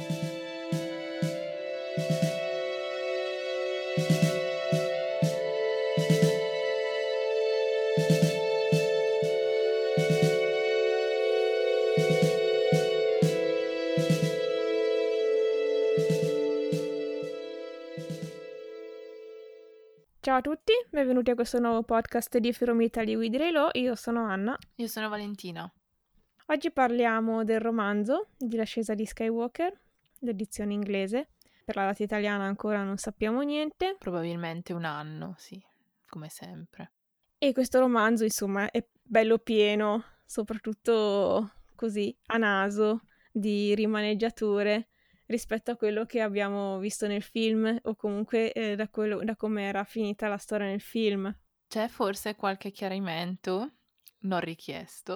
Ciao a tutti, benvenuti a questo nuovo podcast di From Italy with Relo. Io sono Anna. Io sono Valentina. Oggi parliamo del romanzo di L'ascesa di Skywalker, l'edizione inglese. Per la data italiana ancora non sappiamo niente. Probabilmente un anno, sì, come sempre. E questo romanzo, insomma, è bello pieno, soprattutto così, a naso, di rimaneggiature rispetto a quello che abbiamo visto nel film o comunque da come era finita la storia nel film. C'è forse qualche chiarimento non richiesto.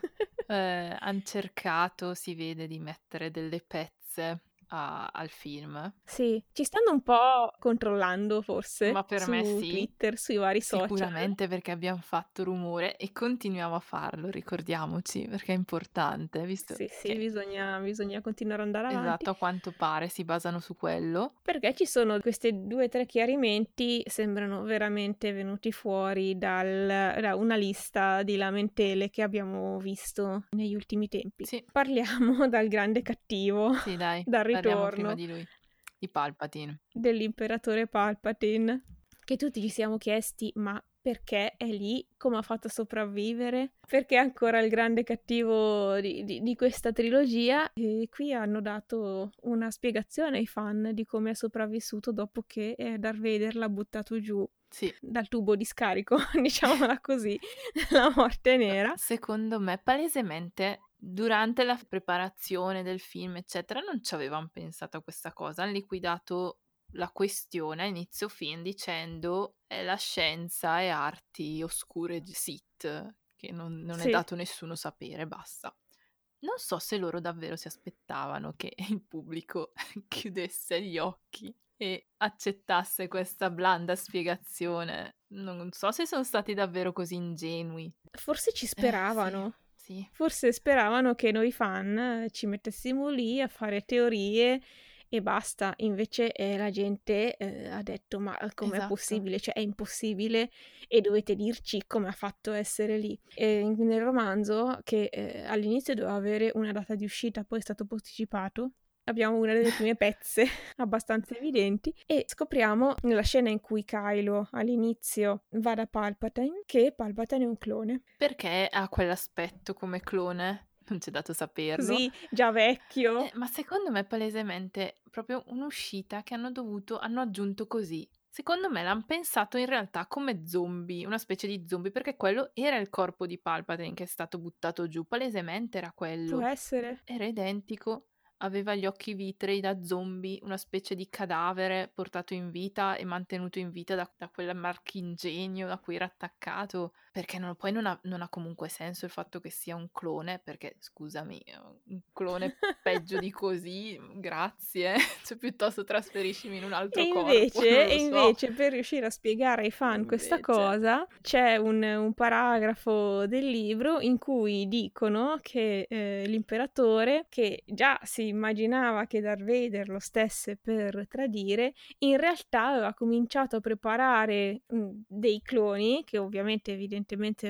Han cercato, si vede, di mettere delle pezze al film. Sì, ci stanno un po' controllando forse Ma per su me sì, Twitter, sui vari social. sicuramente perché abbiamo fatto rumore e continuiamo a farlo, ricordiamoci, perché è importante, visto Sì, che, bisogna continuare ad andare avanti. esatto, a quanto pare si basano su quello. Perché ci sono questi 2 o 3 chiarimenti, sembrano veramente venuti fuori da una lista di lamentele che abbiamo visto negli ultimi tempi. Sì. Parliamo dal grande cattivo, Sì, dai, dal parliamo prima ritorno di lui, di Palpatine. dell'imperatore Palpatine, che tutti ci siamo chiesti, ma perché è lì? Come ha fatto a sopravvivere? Perché è ancora il grande cattivo di questa trilogia? E qui hanno dato una spiegazione ai fan di come è sopravvissuto dopo che Darth Vader l'ha buttato giù Sì. dal tubo di scarico, diciamola così, la morte nera. Secondo me, palesemente, durante la preparazione del film, eccetera, non ci avevano pensato a questa cosa. Hanno liquidato la questione a inizio film dicendo è la scienza e arti oscure Sith, che non è Sì. dato nessuno sapere, basta. Non so se loro davvero si aspettavano che il pubblico chiudesse gli occhi e accettasse questa blanda spiegazione. Non so se sono stati davvero così ingenui. Forse ci speravano. Sì. Forse speravano che noi fan ci mettessimo lì a fare teorie e basta. Invece la gente ha detto: ma com'è Esatto. possibile? Cioè è impossibile e dovete dirci come ha fatto a essere lì. Nel romanzo, che all'inizio doveva avere una data di uscita, poi è stato posticipato, abbiamo una delle prime pezze abbastanza evidenti e scopriamo nella scena in cui Kylo all'inizio va da Palpatine che Palpatine è un clone. Perché ha quell'aspetto come clone? Non c'è dato saperlo. Così, già vecchio. Ma secondo me è palesemente proprio un'uscita che hanno aggiunto così. Secondo me l'hanno pensato in realtà come zombie, una specie di zombie, perché quello era il corpo di Palpatine che è stato buttato giù, palesemente era quello. Può essere. Era identico, aveva gli occhi vitrei da zombie, una specie di cadavere portato in vita e mantenuto in vita da quel marchingegno da cui era attaccato, perché poi non ha comunque senso il fatto che sia un clone, perché scusami, un clone peggio di così, grazie, cioè piuttosto trasferiscimi in un altro E corpo, non lo so. invece, per riuscire a spiegare ai fan questa cosa, c'è un paragrafo del libro in cui dicono che l'imperatore, che già si immaginava che Darth Vader lo stesse per tradire, in realtà aveva cominciato a preparare dei cloni, che ovviamente evidentemente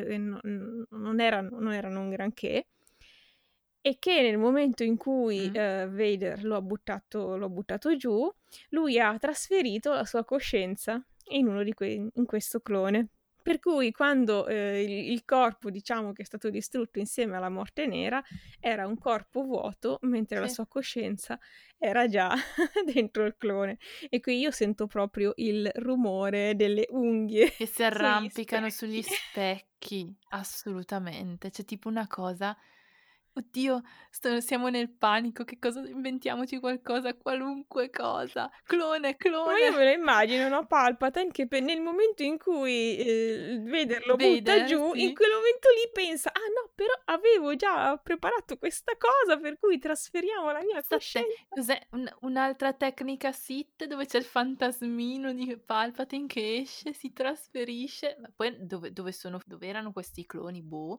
non erano un granché, e che nel momento in cui Vader lo ha buttato giù, lui ha trasferito la sua coscienza in questo clone. Per cui quando il corpo, diciamo, che è stato distrutto insieme alla morte nera, era un corpo vuoto, mentre la sua coscienza era già dentro il clone. E qui io sento proprio il rumore delle unghie Che si arrampicano sugli specchi, assolutamente. C'è tipo una cosa, oddio, siamo nel panico, che cosa, inventiamoci qualcosa, qualunque cosa. Clone, Ma io clone. me lo immagino, no? Palpatine che nel momento in cui Vader lo butta giù, sì. in quel momento lì pensa: ah no, però avevo già preparato questa cosa per cui trasferiamo la mia coscienza. Cos'è un'altra tecnica Sith dove c'è il fantasmino di Palpatine che esce, si trasferisce, ma poi dove erano questi cloni? Boh,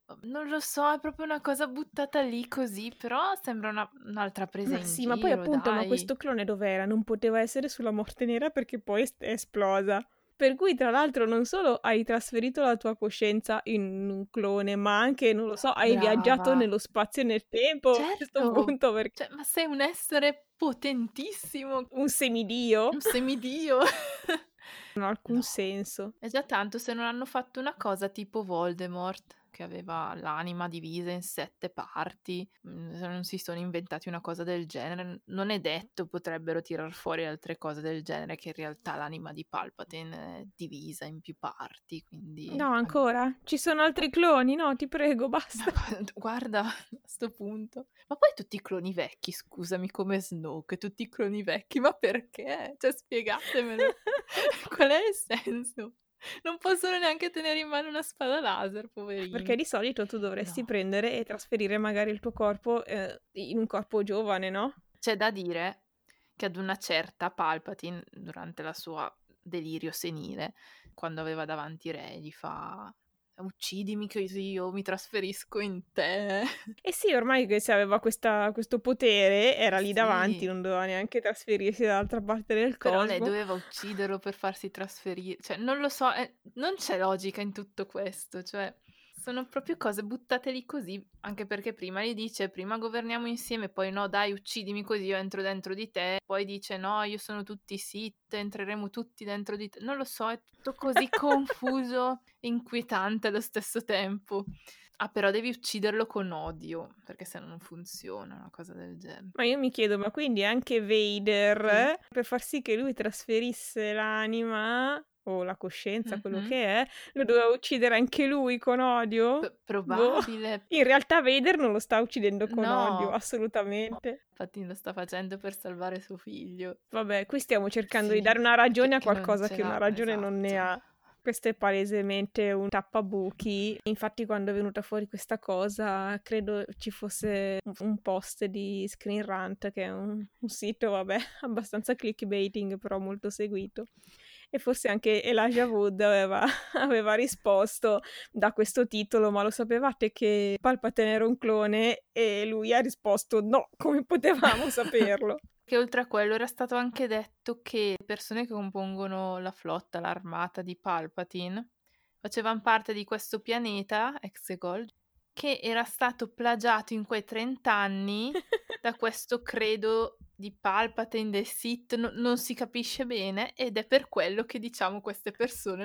Non lo so, è proprio una cosa buttata lì così, però sembra un'altra presa Ma in sì, ma poi giro, appunto, ma dai. questo clone dov'era? Non poteva essere sulla Morte Nera perché poi è esplosa. Per cui, tra l'altro, non solo hai trasferito la tua coscienza in un clone, ma anche, non lo so, hai viaggiato Brava. nello spazio e nel tempo a questo Certo, punto, perché cioè, ma sei un essere potentissimo, un semidio un semidio. non ha alcun No, senso. è già tanto se non hanno fatto una cosa tipo Voldemort, che aveva l'anima divisa in 7 parti, se non si sono inventati una cosa del genere, non è detto potrebbero tirar fuori altre cose del genere, che in realtà l'anima di Palpatine è divisa in più parti, quindi No, ancora? Ci sono altri cloni? No, ti prego, basta. guarda, a 'sto punto. Ma poi tutti i cloni vecchi, scusami, come Snoke, tutti i cloni vecchi, ma perché? Cioè spiegatemelo. Qual è il senso? Non possono neanche tenere in mano una spada laser, Perché poverini. di solito tu dovresti No. prendere e trasferire magari il tuo corpo in un corpo giovane, no? C'è da dire che ad una certa Palpatine, durante la sua delirio senile, quando aveva davanti Rey, gli fa: "Uccidimi così io mi trasferisco in te." Eh sì, ormai che se aveva questo potere era lì davanti, Sì. non doveva neanche trasferirsi dall'altra parte del Però lei cosmo. doveva ucciderlo per farsi cioè non lo so, non c'è logica in tutto questo, cioè sono proprio cose buttate lì così, anche perché prima gli dice: "Prima governiamo insieme, poi no dai uccidimi così io entro dentro di te", poi dice: "No, io sono tutti Sith, entreremo tutti dentro di te". Non lo so, è tutto così confuso e inquietante allo stesso tempo. Ah, però devi ucciderlo con odio, perché se no non funziona una cosa del genere. Ma io mi chiedo, ma quindi anche Vader, Sì. per far sì che lui trasferisse l'anima o la coscienza, quello Mh-mh. che è, lo doveva uccidere anche lui con odio? Boh. Probabile. In realtà Vader non lo sta uccidendo con odio, No, assolutamente. infatti lo sta facendo per salvare suo figlio. Vabbè, qui stiamo cercando di Sì, dare una ragione a che non qualcosa ce che una l'ha, ragione non ne esatto. ha. Questo è palesemente un tappabuchi. Infatti, quando è venuta fuori questa cosa, credo ci fosse un post di Screen Rant, che è un sito, vabbè, abbastanza clickbaiting, però molto seguito. E forse anche Elijah Wood aveva risposto da questo titolo: ma lo sapevate che Palpatine era un clone? E lui ha risposto: no, come potevamo saperlo? Che oltre a quello era stato anche detto che le persone che compongono la flotta, l'armata di Palpatine, facevan parte di questo pianeta, Exegol, che era stato plagiato in quei 30 anni da questo credo di Palpatine, dei Sith, non si capisce bene, ed è per quello che diciamo queste persone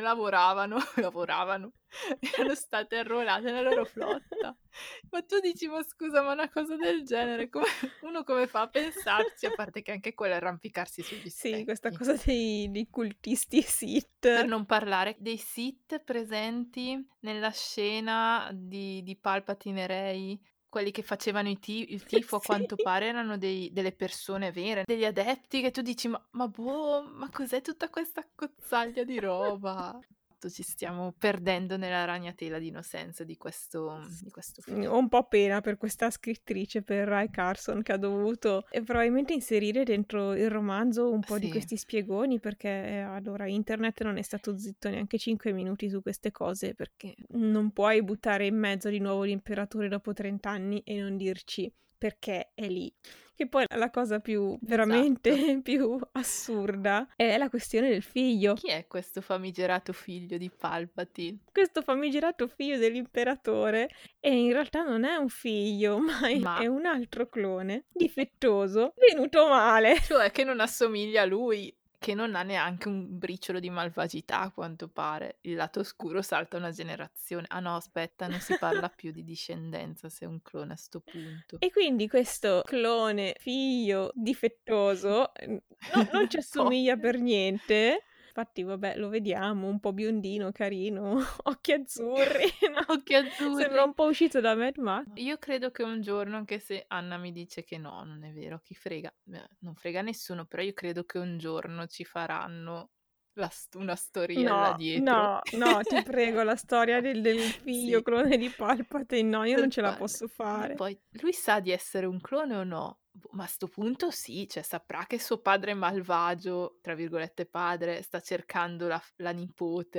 lavoravano, erano state arruolate nella loro flotta. Ma tu dici: "Ma scusa, ma una cosa del genere come fa a pensarci?" A parte che anche quello è arrampicarsi sugli Sì, questa specchi. cosa dei cultisti Per Sith. non parlare dei Sith presenti nella scena di Palpatine e Rey, quelli che facevano il tifo a Sì. quanto pare erano delle persone vere, degli adepti che tu dici: "Ma boh, ma cos'è tutta questa accozzaglia di roba?" Ci stiamo perdendo nella ragnatela di innocenza di questo film. Ho un po' pena per questa scrittrice, per Rai Carson, che ha dovuto probabilmente inserire dentro il romanzo un po' di Sì. questi spiegoni, perché allora internet non è stato zitto neanche 5 minuti su queste cose, perché non puoi buttare in mezzo di nuovo l'imperatore dopo 30 anni e non dirci perché è lì. Che poi la cosa più veramente Esatto. più assurda è la questione del figlio. Chi è questo famigerato figlio di Palpatine? Questo famigerato figlio dell'imperatore e in realtà non è un figlio, ma Ma è un altro clone difettoso, venuto male. cioè che non assomiglia a lui, che non ha neanche un briciolo di malvagità a quanto pare. Il lato oscuro salta una generazione. Ah no, aspetta, non si parla più di discendenza se è un clone a 'sto punto. E quindi questo clone figlio difettoso non ci assomiglia per Povero. niente. Infatti, vabbè, lo vediamo, un po' biondino, carino, occhi azzurri, no? Occhi Sembra azzurri. un po' uscito da Mad Max. Io credo che un giorno, anche se Anna mi dice che no, non è vero, chi frega, non frega nessuno, però io credo che un giorno ci faranno una storiella No, dietro. no, no, ti prego, la storia del figlio Sì, clone di Palpatine, no, io non del ce la padre. posso Ma fare. poi lui sa di essere un clone o no? Boh, ma a 'sto punto sì, cioè saprà che suo padre malvagio, tra virgolette "padre", sta cercando la nipote,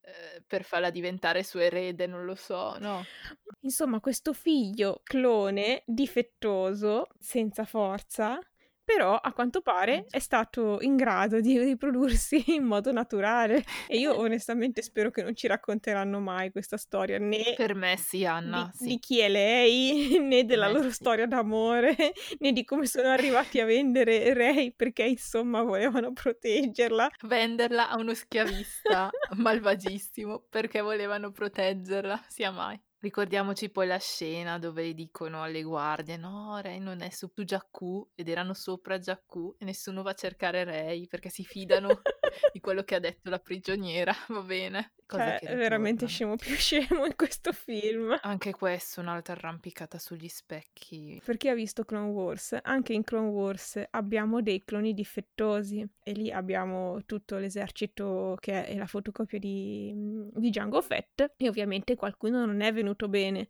per farla diventare suo erede, non lo so, no? Insomma, questo figlio clone difettoso, senza forza, però a quanto Eh pare già. è stato in grado di riprodursi in modo naturale e io onestamente spero che non ci racconteranno mai questa storia, né Per me sì, di Anna, sì. chi è lei, né Per della me loro sì. storia d'amore, né di come sono arrivati a vendere Rey perché insomma volevano proteggerla. Venderla a uno schiavista malvagissimo perché volevano proteggerla, sia mai. Ricordiamoci poi la scena dove dicono alle guardie: "No, Rey non è su Jakku", ed erano sopra Jakku e nessuno va a cercare Rey perché si fidano di quello che ha detto la prigioniera, va bene? Cose Cioè, che è veramente ritornano. scemo più scemo in questo film. Anche questo, un'altra arrampicata sugli specchi. Per chi ha visto Clone Wars, anche in Clone Wars abbiamo dei cloni difettosi e lì abbiamo tutto l'esercito che è la fotocopia di Jango Fett e ovviamente qualcuno non è venuto bene.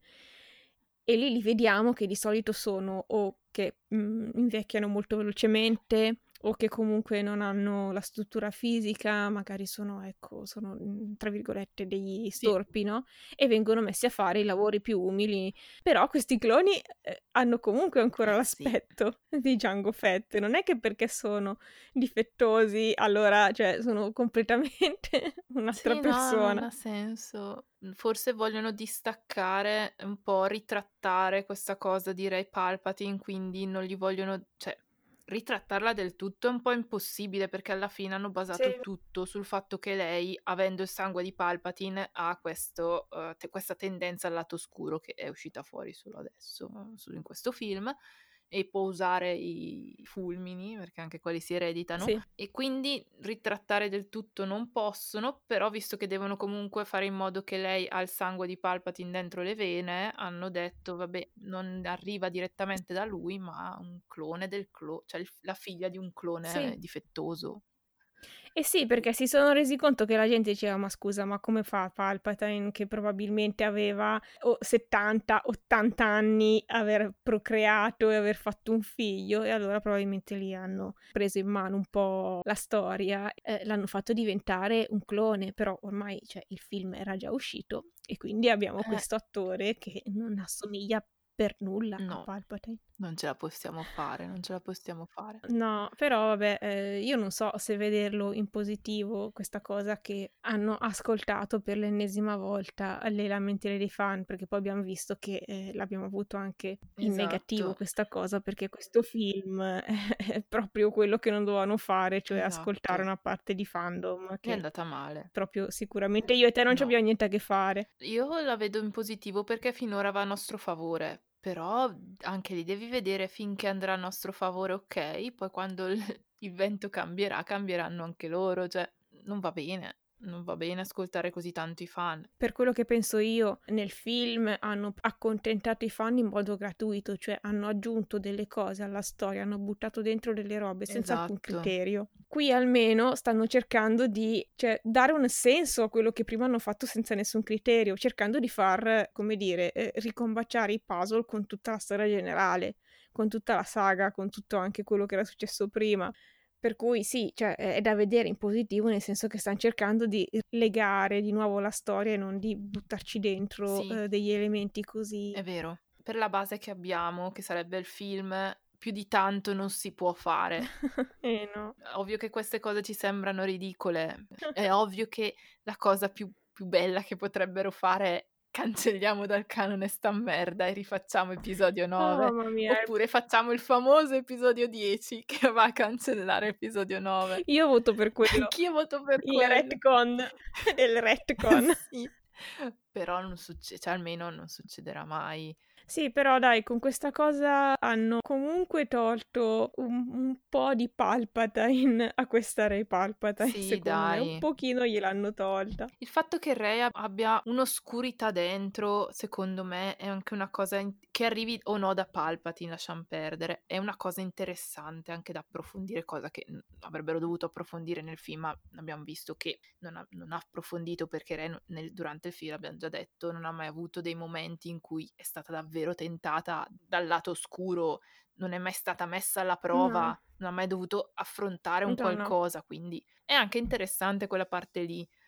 E lì li vediamo che di solito sono o che invecchiano molto velocemente o che comunque non hanno la struttura fisica, magari sono, ecco, sono tra virgolette degli Sì, storpi, no? E vengono messi a fare i lavori più umili. Però questi cloni hanno comunque ancora sì. l'aspetto di Jango Fett. Non è che perché sono difettosi, allora, cioè, sono completamente un'altra Sì, no, non persona. ha senso. Forse vogliono distaccare, un po' ritrattare questa cosa di Rey Palpatine, quindi non gli vogliono, cioè, ritrattarla del tutto è un po' impossibile perché alla fine hanno basato Sì. tutto sul fatto che lei, avendo il sangue di Palpatine, ha questo, questa tendenza al lato oscuro che è uscita fuori solo adesso, solo in questo film, e può usare i fulmini, perché anche quelli si ereditano, Sì. e quindi ritrattare del tutto non possono, però visto che devono comunque fare in modo che lei ha il sangue di Palpatine dentro le vene, hanno detto vabbè, non arriva direttamente da lui, ma un clone del clone, cioè la figlia di un clone Sì. difettoso. Eh sì, perché si sono resi conto che la gente diceva: "Ma scusa, ma come fa Palpatine, che probabilmente aveva o 70, 80 anni, aver procreato e aver fatto un figlio?" E allora probabilmente lì hanno preso in mano un po' la storia, l'hanno fatto diventare un clone, però ormai, cioè, il film era già uscito e quindi abbiamo Eh, questo attore che non assomiglia per nulla a no, Palpatine. non ce la possiamo fare, non ce la possiamo fare. No, però vabbè, io non so se vederlo in positivo questa cosa che hanno ascoltato per l'ennesima volta le lamentele dei fan, perché poi abbiamo visto che, l'abbiamo avuto anche in negativo Esatto, questa cosa, perché questo film è proprio quello che non dovevano fare, cioè ascoltare esatto. una parte di fandom È che andata male. proprio sicuramente io e te non No. c'abbiamo niente a che fare. Io la vedo in positivo perché finora va a nostro favore, però anche lì devi vedere finché andrà a nostro favore, okay, poi quando il vento cambierà, cambieranno anche loro, cioè non va bene, non va bene ascoltare così tanto i fan. Per quello che penso io, nel film hanno accontentato i fan in modo gratuito, cioè hanno aggiunto delle cose alla storia, hanno buttato dentro delle robe senza alcun Esatto. criterio. Qui almeno stanno cercando di, cioè, dare un senso a quello che prima hanno fatto senza nessun criterio, cercando di far, come dire, ricombaciare i puzzle con tutta la storia generale, con tutta la saga, con tutto anche quello che era successo prima. Per cui sì, cioè è da vedere in positivo, nel senso che stan cercando di legare di nuovo la storia e non di buttarci dentro, Sì, degli elementi così è vero. Per la base che abbiamo, che sarebbe il film, più di tanto non si può fare. no. Ovvio che queste cose ci sembrano ridicole, è ovvio che la cosa più bella che potrebbero fare è: cancelliamo dal canone 'sta merda e rifacciamo episodio Oh 9, mamma mia, oppure facciamo il famoso episodio 10 che va a cancellare episodio 9. io voto per quello. Anch'io voto per Il quello. retcon del retcon. Sì, però non cioè almeno non succederà mai. Sì, però dai, con questa cosa hanno comunque tolto un po' di Palpatine a questa Rey Palpatine, Sì, secondo me, un dai. pochino gliel'hanno tolta. Il fatto che Rey abbia un'oscurità dentro, secondo me, è anche una cosa che arrivi o no da Palpatine, lasciam perdere. È una cosa interessante anche da approfondire, cosa che avrebbero dovuto approfondire nel film, ma abbiamo visto che non ha approfondito perché Rey durante il film, abbiamo già detto, non ha mai avuto dei momenti in cui è stata davvero tentata dal lato oscuro, non è mai stata messa alla No, prova, non ha mai dovuto affrontare un no, no. qualcosa, quindi è anche interessante quella parte lì.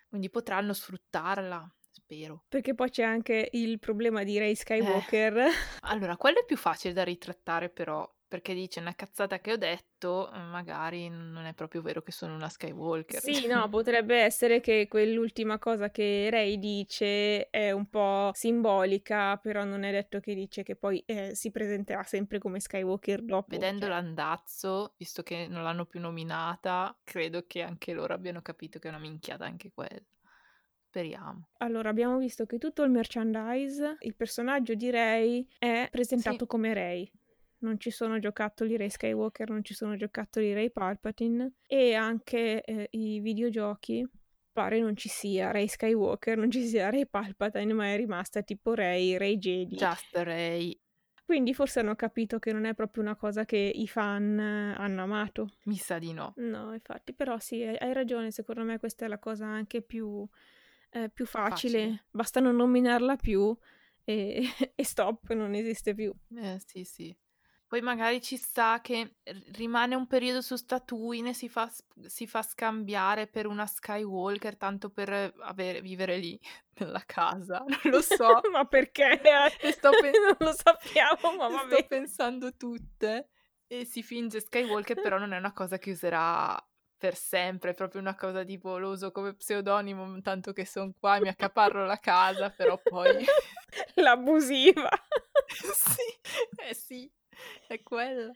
quindi potranno sfruttarla, spero. Perché poi c'è anche il problema di Rey Skywalker. Allora, quello è più facile da ritrattare però, perché dice una cazzata che ho detto, magari non è proprio vero che sono una Skywalker. Sì, no, potrebbe essere che quell'ultima cosa che Rey dice è un po' simbolica, però non è detto che dice che poi si presenterà sempre come Skywalker dopo. Vedendo cioè. l'andazzo, visto che non l'hanno più nominata, credo che anche loro abbiano capito che è una minchiata anche quella. Speriamo. Allora, abbiamo visto che tutto il merchandise, il personaggio di Rey è presentato Sì. come Rey. Non ci sono giocattoli Rey Skywalker, non ci sono giocattoli Rey Palpatine e anche i videogiochi pare non ci sia Rey Skywalker, non ci sia Rey Palpatine, ma è rimasta tipo Rey Jedi. Just Rey. Quindi forse hanno capito che non è proprio una cosa che i fan hanno amato. Mi sa di no. No, infatti, però sì, hai ragione, secondo me questa è la cosa anche più facile. Basta non nominarla più e, e stop, non esiste più. Sì, sì. Poi magari ci sta che rimane un periodo su Tatooine e si fa scambiare per una Skywalker tanto per vivere lì nella casa. Non lo so. Ma perché? Non lo sappiamo, ma vabbè. Sto pensando tutte. E si finge Skywalker, però non è una cosa che userà per sempre, è proprio una cosa tipo lo uso come pseudonimo, tanto che sono qua e mi accaparro la casa, però poi... L'abusiva. Sì, sì, è quella.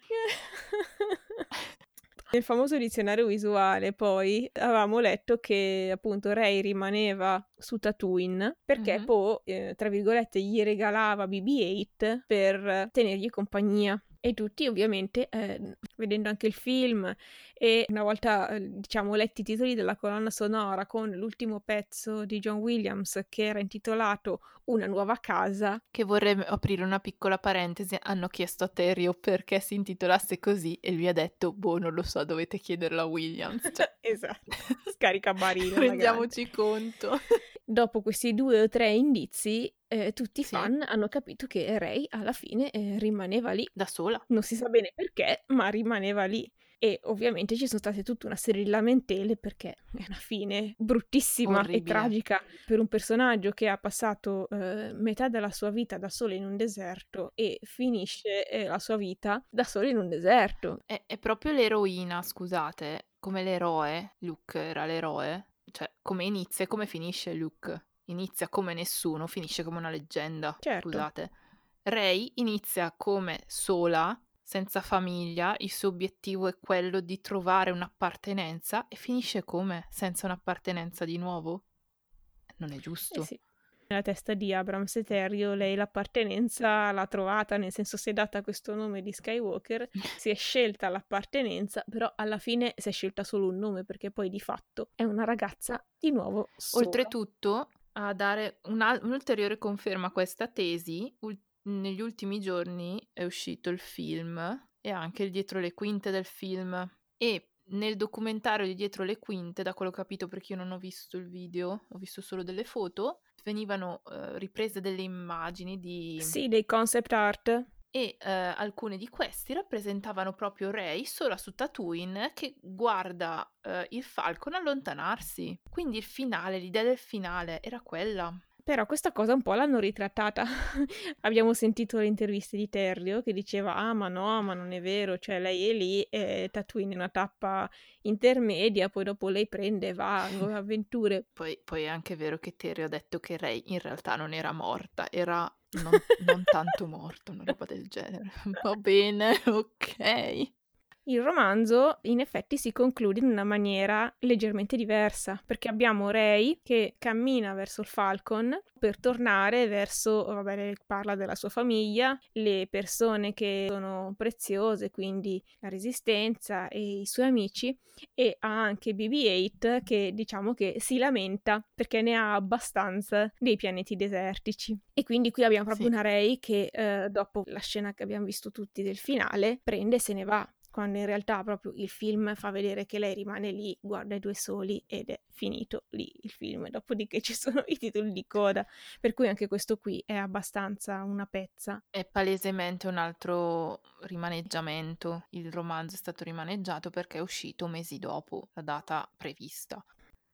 Nel famoso dizionario visuale poi avevamo letto che appunto Rey rimaneva su Tatooine perché Poe, tra virgolette, gli regalava BB-8 per tenergli compagnia. E tutti ovviamente, vedendo anche il film e una volta, diciamo, letti i titoli della colonna sonora con l'ultimo pezzo di John Williams che era intitolato Una nuova casa. Che vorrei aprire una piccola parentesi, hanno chiesto a Terrio perché si intitolasse così e lui ha detto, boh, non lo so, dovete chiederlo a Williams. Cioè... Esatto, scaricabarile. Rendiamoci conto. Dopo questi 2 o 3 indizi, tutti i fan hanno capito che Rey alla fine rimaneva lì. Da sola. Non si sa bene perché, ma rimaneva lì. E ovviamente ci sono state tutta una serie di lamentele perché è una fine bruttissima Orribile. e tragica per un personaggio che ha passato metà della sua vita da solo in un deserto e finisce la sua vita da solo in un deserto. È proprio l'eroina, scusate, come l'eroe, Luke era l'eroe, cioè come inizia e come finisce Luke. Inizia come nessuno, finisce come una leggenda, Certo. Scusate. Rey inizia come sola, senza famiglia, il suo obiettivo è quello di trovare un'appartenenza e finisce come? Senza un'appartenenza di nuovo? Non è giusto. Sì. Nella testa di Abrams e Terrio lei l'appartenenza l'ha trovata, nel senso si è data questo nome di Skywalker, si è scelta l'appartenenza, però alla fine si è scelta solo un nome perché poi di fatto è una ragazza di nuovo sola. Oltretutto, a dare un'ulteriore conferma a questa tesi, negli ultimi giorni è uscito il film e anche il dietro le quinte del film e nel documentario di dietro le quinte, da quello che ho capito perché io non ho visto il video, ho visto solo delle foto, venivano riprese delle immagini di... Sì, dei concept art. E alcune di questi rappresentavano proprio Rey sola su Tatooine che guarda il Falcon allontanarsi. Quindi il finale, l'idea del finale era quella. Però questa cosa un po' l'hanno ritrattata. Abbiamo sentito le interviste di Terrio che diceva ah ma no, ma non è vero, cioè lei è lì e Tatooine è una tappa intermedia, poi dopo lei prende e va a nuove avventure. Poi è anche vero che Terry ha detto che Rey in realtà non era morta, era non tanto morta, una roba del genere. Va bene, ok. Il romanzo in effetti si conclude in una maniera leggermente diversa, perché abbiamo Rey che cammina verso il Falcon per tornare verso, vabbè, lei parla della sua famiglia, le persone che sono preziose, quindi la Resistenza e i suoi amici, e ha anche BB-8 che diciamo che si lamenta perché ne ha abbastanza dei pianeti desertici. E quindi qui abbiamo proprio una Rey che dopo la scena che abbiamo visto tutti del finale prende e se ne va, quando in realtà proprio il film fa vedere che lei rimane lì, guarda i 2 soli ed è finito lì il film, dopodiché ci sono i titoli di coda, per cui anche questo qui è abbastanza una pezza. È palesemente un altro rimaneggiamento, il romanzo è stato rimaneggiato perché è uscito mesi dopo la data prevista.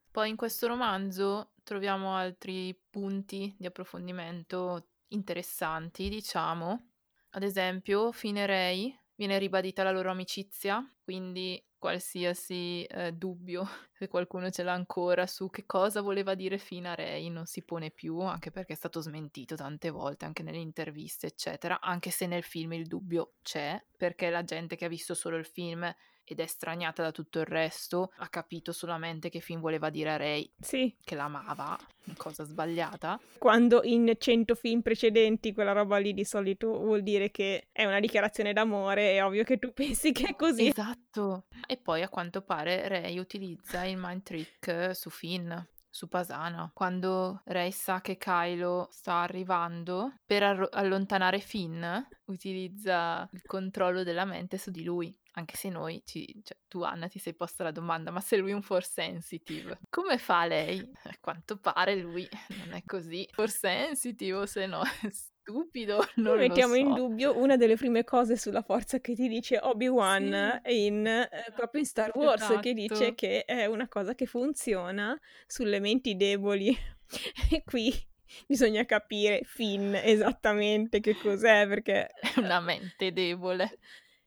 Poi in questo romanzo troviamo altri punti di approfondimento interessanti, diciamo. Ad esempio, Finn e Rey viene ribadita la loro amicizia, quindi qualsiasi dubbio, se qualcuno ce l'ha ancora, su che cosa voleva dire Finn a Rey non si pone più, anche perché è stato smentito tante volte, anche nelle interviste, eccetera, anche se nel film il dubbio c'è, perché la gente che ha visto solo il film ed è straniata da tutto il resto, ha capito solamente che Finn voleva dire a Rey Sì, che l'amava, cosa sbagliata. quando in 100 film precedenti quella roba lì di solito vuol dire che è una dichiarazione d'amore, è ovvio che tu pensi che è così. Esatto. E poi a quanto pare Rey utilizza il mind trick su Finn, su Pasana. Quando Rey sa che Kylo sta arrivando, per allontanare Finn, utilizza il controllo della mente su di lui. Anche se noi, cioè, tu Anna ti sei posta la domanda, ma se lui è un force sensitive, come fa lei? A quanto pare lui non è così force sensitive, o se no è stupido, non lo Mettiamo in so. dubbio una delle prime cose sulla forza che ti dice Obi-Wan proprio in Star Wars, che dice Esatto. che è una cosa che funziona sulle menti deboli. E qui bisogna capire Finn esattamente che cos'è, perché È una mente debole.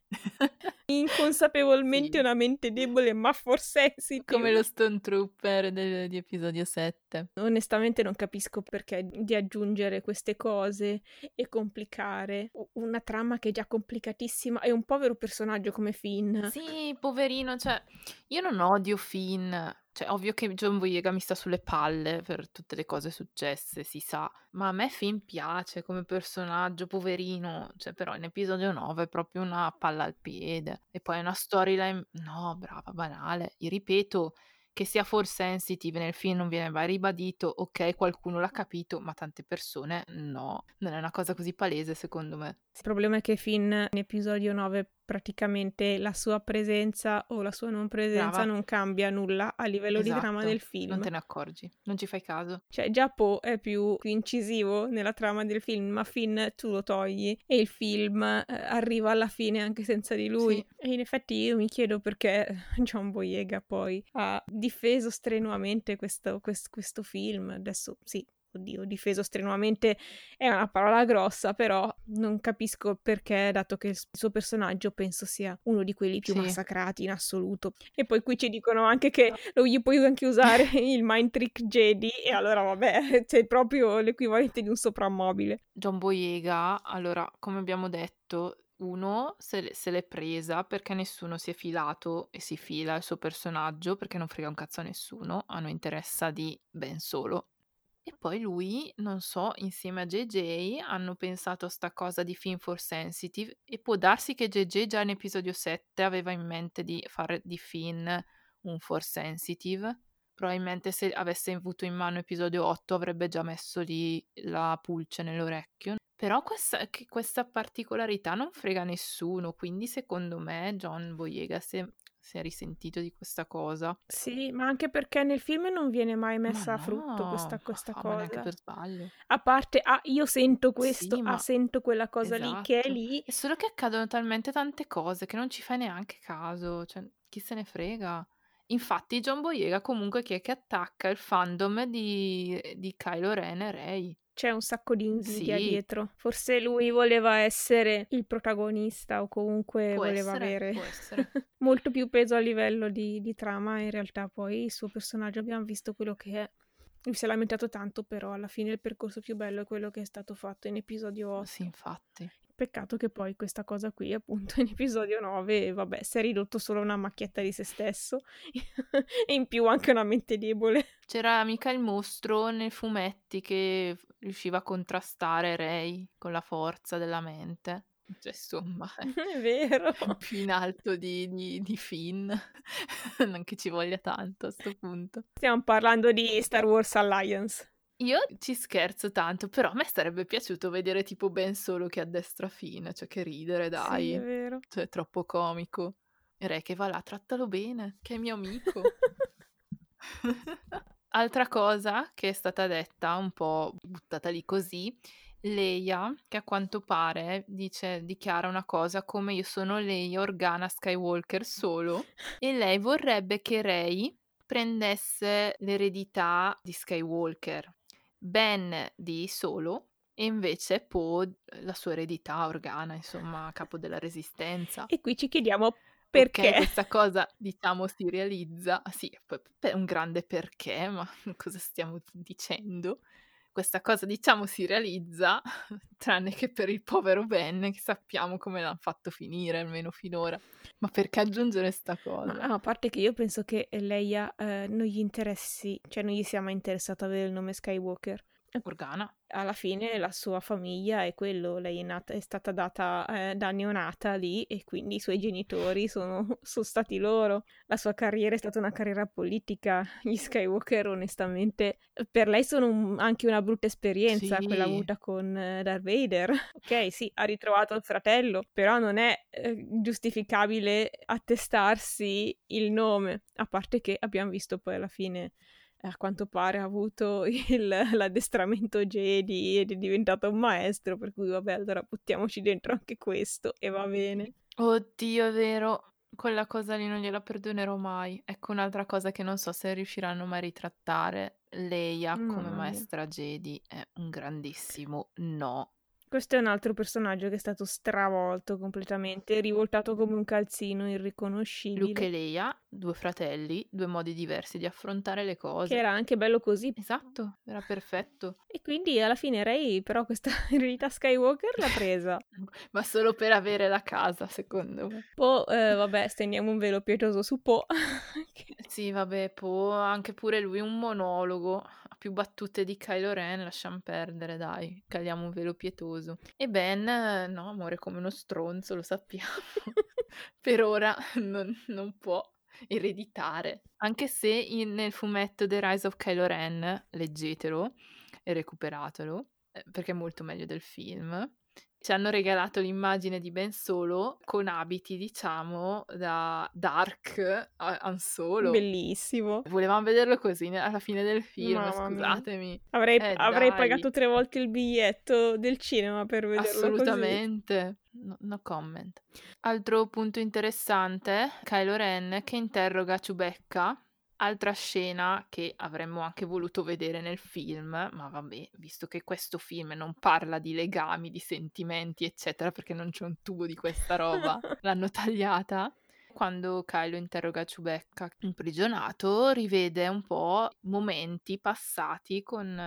inconsapevolmente Sì. una mente debole, ma forse sensitive. Come lo Stone Trooper di episodio 7. Onestamente non capisco perché di aggiungere queste cose e complicare una trama che è già complicatissima e un povero personaggio come Finn. Sì, poverino, cioè, io non odio Finn. Cioè, ovvio che John Boyega mi sta sulle palle per tutte le cose successe, si sa. Ma a me Finn piace come personaggio, poverino. Cioè, però in episodio 9 è proprio una palla al piede. E poi è una storyline, no, brava, banale. Io ripeto, che sia force sensitive nel film non viene mai ribadito, ok, qualcuno l'ha capito, ma tante persone no. Non è una cosa così palese, secondo me. Il problema è che Finn in episodio 9 praticamente la sua presenza o la sua non presenza Brava. non cambia nulla a livello di trama Esatto, del film. non te ne accorgi, non ci fai caso. Cioè già Poe è più incisivo nella trama del film, ma Finn tu lo togli e il film arriva alla fine anche senza di lui. Sì. E in effetti io mi chiedo perché John Boyega poi ha difeso strenuamente questo film. Adesso sì, oddio, difeso strenuamente è una parola grossa, però non capisco perché, dato che il suo personaggio penso sia uno di quelli più Sì. massacrati in assoluto. E poi qui ci dicono anche che lo gli puoi anche usare il mind trick Jedi, e allora vabbè, c'è proprio l'equivalente di un soprammobile. John Boyega, allora, come abbiamo detto, uno se l'è presa perché nessuno si è filato e si fila il suo personaggio, perché non frega un cazzo a nessuno, a noi interessa di Ben Solo. E poi lui, non so, insieme a JJ hanno pensato a sta cosa di film for sensitive, e può darsi che JJ già in episodio 7 aveva in mente di fare di Finn un for sensitive. Probabilmente se avesse avuto in mano episodio 8 avrebbe già messo lì la pulce nell'orecchio. Però questa particolarità non frega nessuno, quindi secondo me John Boyega si è risentito di questa cosa. Sì, ma anche perché nel film non viene mai messa Ma a frutto questa ma neanche cosa. per sbaglio. A parte, io sento questo, Sì, ma sento quella cosa lì che è esatto. lì. È solo che accadono talmente tante cose che non ci fai neanche caso, cioè chi se ne frega. Infatti John Boyega comunque chi è che attacca il fandom di Kylo Ren e Rey. C'è un sacco di invidia Sì, dietro. Forse lui voleva essere il protagonista o comunque può voleva essere, avere può essere. molto più peso a livello di trama. In realtà poi il suo personaggio abbiamo visto quello che è. Lui si è lamentato tanto, però alla fine il percorso più bello è quello che è stato fatto in episodio 8. Sì, infatti. Peccato che poi questa cosa qui, appunto, in episodio 9, vabbè, si è ridotto solo a una macchietta di se stesso e in più anche una mente debole. C'era mica il mostro nei fumetti che riusciva a contrastare Rey con la forza della mente. Cioè, insomma, È vero. più in alto di Finn. Non che ci voglia tanto a sto punto. Stiamo parlando di Star Wars Alliance. Io ci scherzo tanto, però a me sarebbe piaciuto vedere tipo Ben Solo che addestra Finn, cioè che ridere, dai. Sì, è vero. Cioè, è troppo comico. E Re che va là, trattalo bene, che è mio amico. Altra cosa che è stata detta, un po' buttata lì così, Leia, che a quanto pare dichiara una cosa come: io sono Leia Organa Skywalker solo, e lei vorrebbe che Rey prendesse l'eredità di Skywalker, Ben di Solo e invece Poe la sua eredità, Organa, insomma, capo della Resistenza. E qui ci chiediamo Ok, perché. questa cosa diciamo si realizza, sì, per un grande perché, ma cosa stiamo dicendo? Questa cosa diciamo si realizza, tranne che per il povero Ben, che sappiamo come l'hanno fatto finire, almeno finora. Ma perché aggiungere sta Ma cosa? a parte che io penso che Leia non gli interessi, cioè non gli sia mai interessato avere il nome Skywalker. Organa. Alla fine la sua famiglia è quello, lei è stata data da neonata lì e quindi i suoi genitori sono stati loro. La sua carriera è stata una carriera politica. Gli Skywalker onestamente per lei sono anche una brutta esperienza, quella Sì, avuta con Darth Vader. Ok, sì, ha ritrovato il fratello, però non è giustificabile attestarsi il nome, a parte che abbiamo visto poi alla fine a quanto pare ha avuto l'addestramento Jedi ed è diventato un maestro, per cui vabbè, allora buttiamoci dentro anche questo e va bene. oddio, è vero. Quella cosa lì non gliela perdonerò mai. Ecco un'altra cosa che non so se riusciranno mai a ritrattare. Leia come Mamma mia. maestra Jedi è un grandissimo no. Questo è un altro personaggio che è stato stravolto completamente, rivoltato come un calzino Luke irriconoscibile, e Leia, due fratelli, due modi diversi di affrontare le che cose. era anche bello così. Esatto, era perfetto. E quindi alla fine Rey però questa eredità Skywalker l'ha presa. Ma solo per avere la casa, secondo me. Poi, vabbè, stendiamo un velo pietoso su Poe. Sì, vabbè, può anche pure lui un monologo. Ha più battute di Kylo Ren, lasciamo perdere, dai, caliamo un velo pietoso. E Ben, no, amore come uno stronzo, lo sappiamo. Per ora non può ereditare. Anche se nel fumetto The Rise of Kylo Ren, leggetelo e recuperatelo, perché è molto meglio del film. Ci hanno regalato l'immagine di Ben Solo con abiti, diciamo, da Dark a Han Solo. Bellissimo. Volevamo vederlo così alla fine del film, Mamma mia. scusatemi. Avrei Dai, pagato 3 volte il biglietto del cinema per vederlo così. assolutamente. No comment. Altro punto interessante, Kylo Ren che interroga Chewbacca. Altra scena che avremmo anche voluto vedere nel film, ma vabbè, visto che questo film non parla di legami, di sentimenti, eccetera, perché non c'è un tubo di questa roba, l'hanno tagliata. Quando Kylo interroga Chewbacca imprigionato, rivede un po' momenti passati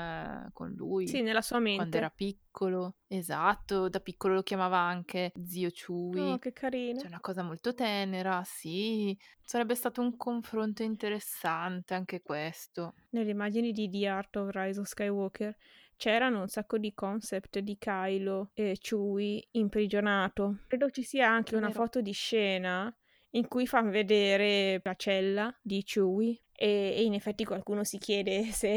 con lui, Sì, nella sua quando era mente. piccolo. Esatto, da piccolo lo chiamava anche zio Oh, Chewie. che carino. C'è una cosa molto tenera, sì. Sarebbe stato un confronto interessante anche questo. Nelle immagini di The Art of Rise of Skywalker c'erano un sacco di concept di Kylo e Chewie imprigionato. Credo ci sia anche È una vero. foto di scena in cui fanno vedere la cella di Chewie e in effetti qualcuno si chiede se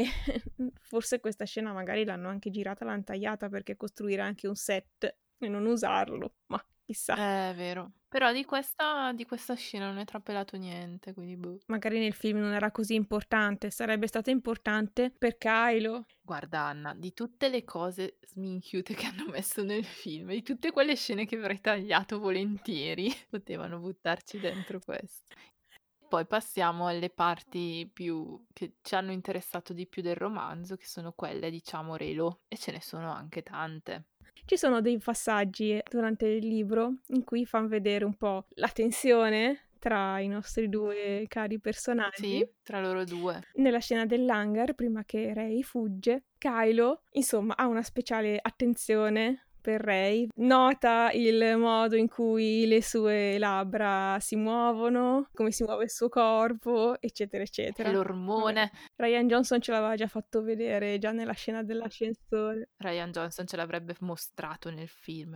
forse questa scena magari l'hanno anche girata, l'hanno tagliata perché costruire anche un set e non usarlo, ma chissà. È vero. Però di questa scena non è trapelato niente, quindi boh. Magari nel film non era così importante, sarebbe stato importante per Kylo. Guarda Anna, di tutte le cose sminchiute che hanno messo nel film, di tutte quelle scene che avrei tagliato volentieri, potevano buttarci dentro questo. Poi passiamo alle parti più che ci hanno interessato di più del romanzo, che sono quelle, diciamo, relo, e ce ne sono anche tante. Ci sono dei passaggi durante il libro in cui fanno vedere un po' la tensione tra i nostri due cari personaggi. Sì, tra loro due. Nella scena dell'hangar, prima che Rey fugge, Kylo, insomma, ha una speciale attenzione per Rey, nota il modo in cui le sue labbra si muovono, come si muove il suo corpo, eccetera, È eccetera. Vabbè. l'ormone. Ryan Johnson ce l'aveva già fatto vedere già nella scena dell'ascensore, Ryan Johnson ce l'avrebbe mostrato nel film,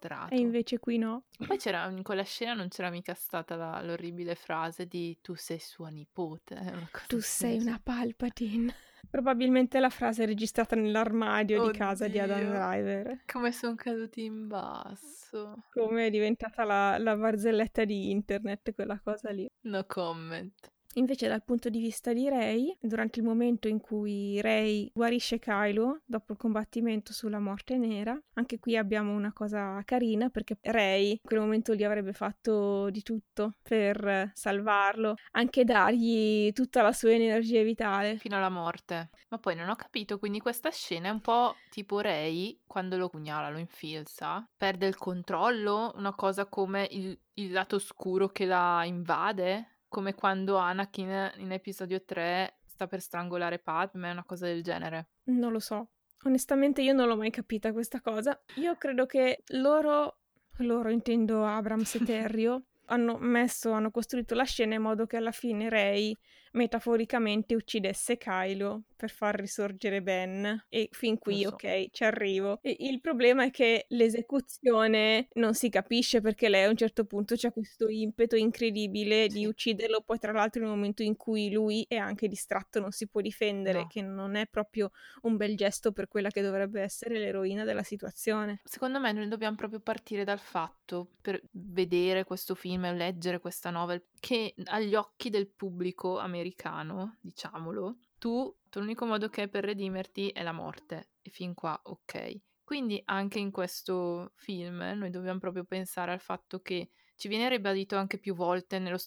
e mostrato. invece qui no. Poi in quella scena non c'era mica stata l'orribile frase di tu sei sua nipote, una cosa Tu sei simile. una Palpatine. Probabilmente la frase è registrata nell'armadio di casa di Adam Oddio, Driver. come sono caduti in basso. Come è diventata la barzelletta di internet, quella cosa lì. No comment. Invece dal punto di vista di Rey, durante il momento in cui Rey guarisce Kylo dopo il combattimento sulla Morte Nera, anche qui abbiamo una cosa carina perché Rey in quel momento lì avrebbe fatto di tutto per salvarlo, anche dargli tutta la sua energia vitale. Fino alla morte. Ma poi non ho capito, quindi questa scena è un po' tipo Rey, quando lo pugnala, lo infilza, perde il controllo, una cosa come il lato oscuro che la invade, come quando Anakin in episodio 3 sta per strangolare Padme, una cosa del genere. Non lo so. Onestamente io non l'ho mai capita questa cosa. Io credo che loro intendo Abrams e Terrio, hanno costruito la scena in modo che alla fine Rey metaforicamente uccidesse Kylo per far risorgere Ben. E fin qui, Lo so. ok, ci arrivo. E il problema è che l'esecuzione non si capisce perché lei a un certo punto c'ha questo impeto incredibile di Sì. ucciderlo, poi tra l'altro nel momento in cui lui è anche distratto non si può difendere, No. che non è proprio un bel gesto per quella che dovrebbe essere l'eroina della situazione. Secondo me noi dobbiamo proprio partire dal fatto, per vedere questo film e leggere questa novel, che agli occhi del pubblico americano, diciamolo, l'unico modo che hai per redimerti è la morte. E fin qua, ok. Quindi anche in questo film noi dobbiamo proprio pensare al fatto che ci viene ribadito anche più volte nella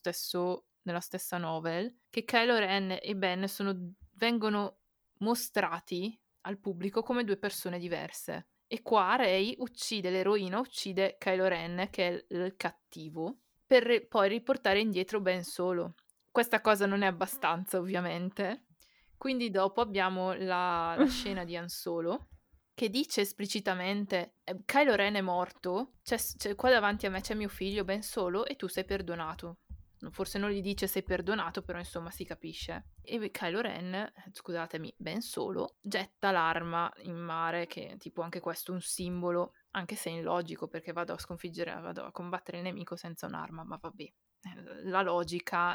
stessa novel che Kylo Ren e Ben vengono mostrati al pubblico come due persone diverse. E qua Rey uccide l'eroina, uccide Kylo Ren, che è il cattivo, per poi riportare indietro Ben Solo. Questa cosa non è abbastanza, ovviamente. Quindi dopo abbiamo la scena di Han Solo, che dice esplicitamente Kylo Ren è morto, qua davanti a me c'è mio figlio Ben Solo e tu sei perdonato. Forse non gli dice sei perdonato, però insomma si capisce. E Kylo Ren, scusatemi, Ben Solo, getta l'arma in mare, che è tipo anche questo un simbolo, anche se illogico, perché vado a combattere il nemico senza un'arma, ma vabbè. La logica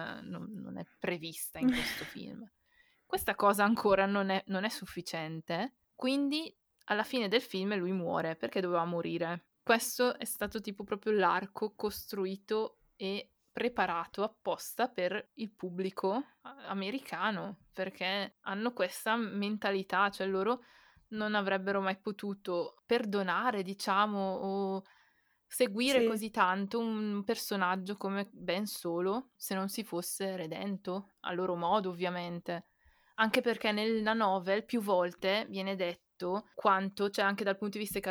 non è prevista in questo film. Questa cosa ancora non è sufficiente, quindi alla fine del film lui muore, perché doveva morire. Questo è stato tipo proprio l'arco costruito e preparato apposta per il pubblico americano, perché hanno questa mentalità, cioè loro non avrebbero mai potuto perdonare, diciamo, o seguire così tanto un personaggio come Ben Solo se non si fosse redento, a loro modo ovviamente. Anche perché nella novel più volte viene detto quanto, cioè anche dal punto di vista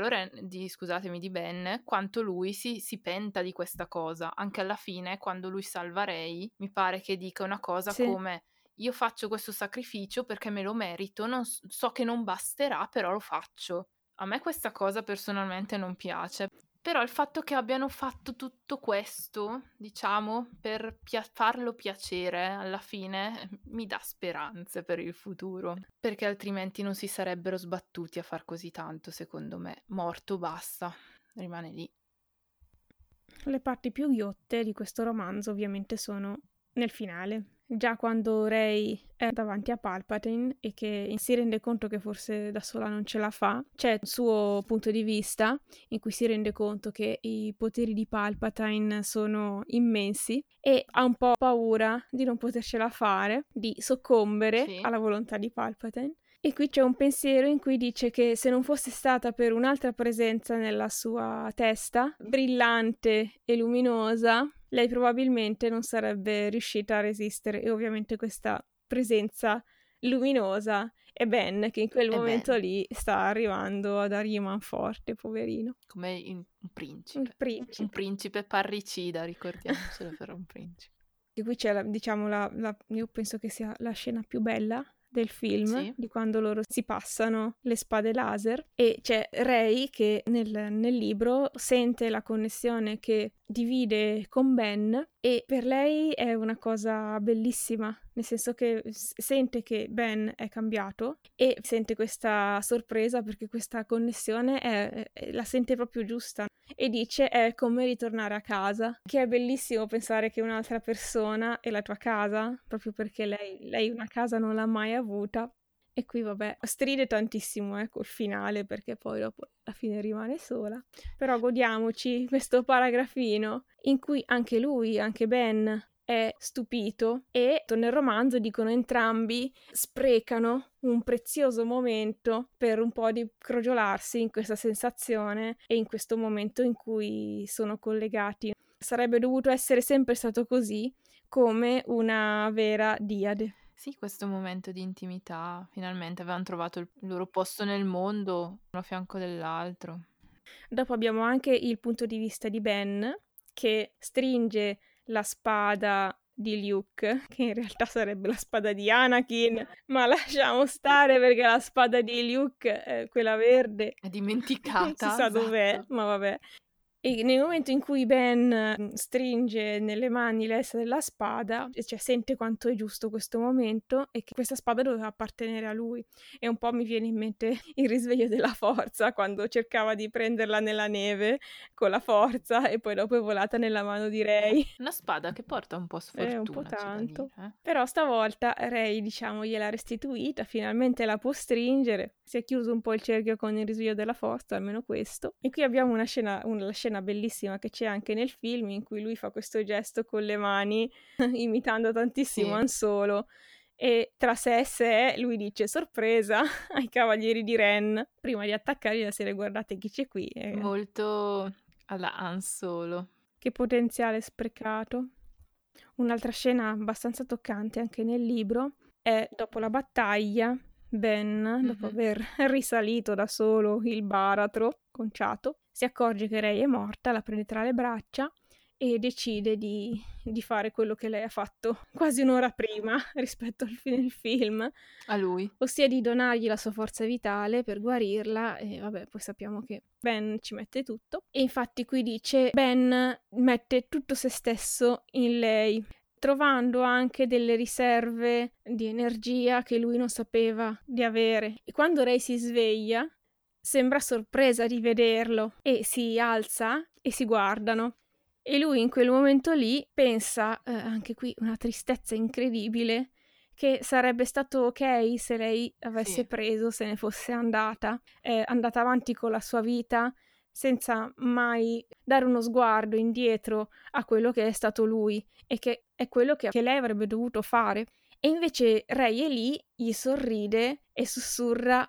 di Ben, quanto lui si penta di questa cosa. Anche alla fine, quando lui salva Rey, mi pare che dica una cosa come io faccio questo sacrificio perché me lo merito, so che non basterà, però lo faccio. A me questa cosa personalmente non piace. Però il fatto che abbiano fatto tutto questo, diciamo, per farlo piacere alla fine, mi dà speranze per il futuro. Perché altrimenti non si sarebbero sbattuti a far così tanto, secondo me. Morto, basta. Rimane lì. Le parti più ghiotte di questo romanzo ovviamente sono nel finale. Già quando Rey è davanti a Palpatine e che si rende conto che forse da sola non ce la fa, c'è il suo punto di vista in cui si rende conto che i poteri di Palpatine sono immensi e ha un po' paura di non potercela fare, di soccombere alla volontà di Palpatine. E qui c'è un pensiero in cui dice che se non fosse stata per un'altra presenza nella sua testa, brillante e luminosa, lei probabilmente non sarebbe riuscita a resistere. E ovviamente questa presenza luminosa è Ben, che in quel momento lì sta arrivando a dargli manforte, poverino. Come un principe. Il principe. Un principe parricida, ricordiamocelo, per un principe. E qui c'è, io penso che sia la scena più bella del film, di quando loro si passano le spade laser, e c'è Rey che nel libro sente la connessione che divide con Ben e per lei è una cosa bellissima, nel senso che sente che Ben è cambiato e sente questa sorpresa perché questa connessione la sente proprio giusta e dice è come ritornare a casa, che è bellissimo pensare che un'altra persona è la tua casa, proprio perché lei una casa non l'ha mai avuta. E qui vabbè, stride tantissimo col finale perché poi dopo alla fine rimane sola. Però godiamoci questo paragrafino in cui anche lui, anche Ben, è stupito e nel romanzo dicono entrambi sprecano un prezioso momento per un po' di crogiolarsi in questa sensazione e in questo momento in cui sono collegati. Sarebbe dovuto essere sempre stato così, come una vera diade. Sì, questo momento di intimità, finalmente avevano trovato il loro posto nel mondo, uno a fianco dell'altro. Dopo abbiamo anche il punto di vista di Ben, che stringe la spada di Luke, che in realtà sarebbe la spada di Anakin, ma lasciamo stare perché la spada di Luke, quella verde, È dimenticata, non si sa dov'è, esatto. ma vabbè. E nel momento in cui Ben stringe nelle mani l'esta della spada, cioè sente quanto è giusto questo momento e che questa spada doveva appartenere a lui. E un po' mi viene in mente il risveglio della forza, quando cercava di prenderla nella neve con la forza e poi dopo è volata nella mano di Rey. Una spada che porta un po' Un po' sfortuna, c'è da tanto. dire. Però stavolta Rey, diciamo, gliel'ha restituita, finalmente la può stringere. Si è chiuso un po' il cerchio con il risveglio della forza, almeno questo. E qui abbiamo una scena bellissima che c'è anche nel film, in cui lui fa questo gesto con le mani, imitando tantissimo Sì. Han Solo. E tra sé e sé lui dice sorpresa ai cavalieri di Ren, prima di attaccarli la serie guardate chi c'è qui. Molto alla Han Solo. Che potenziale sprecato. Un'altra scena abbastanza toccante anche nel libro è dopo la battaglia, Ben, dopo aver risalito da solo il baratro conciato, si accorge che Rey è morta, la prende tra le braccia e decide di fare quello che lei ha fatto quasi un'ora prima rispetto al film. A lui. Ossia di donargli la sua forza vitale per guarirla e vabbè, poi sappiamo che Ben ci mette tutto. E infatti qui dice Ben mette tutto se stesso in lei, trovando anche delle riserve di energia che lui non sapeva di avere. E quando Rey si sveglia, sembra sorpresa di vederlo e si alza e si guardano. E lui in quel momento lì pensa, anche qui una tristezza incredibile, che sarebbe stato ok se lei avesse preso, se ne fosse andata avanti con la sua vita senza mai dare uno sguardo indietro a quello che è stato lui e che è quello che lei avrebbe dovuto fare. E invece Rey è lì, gli sorride e sussurra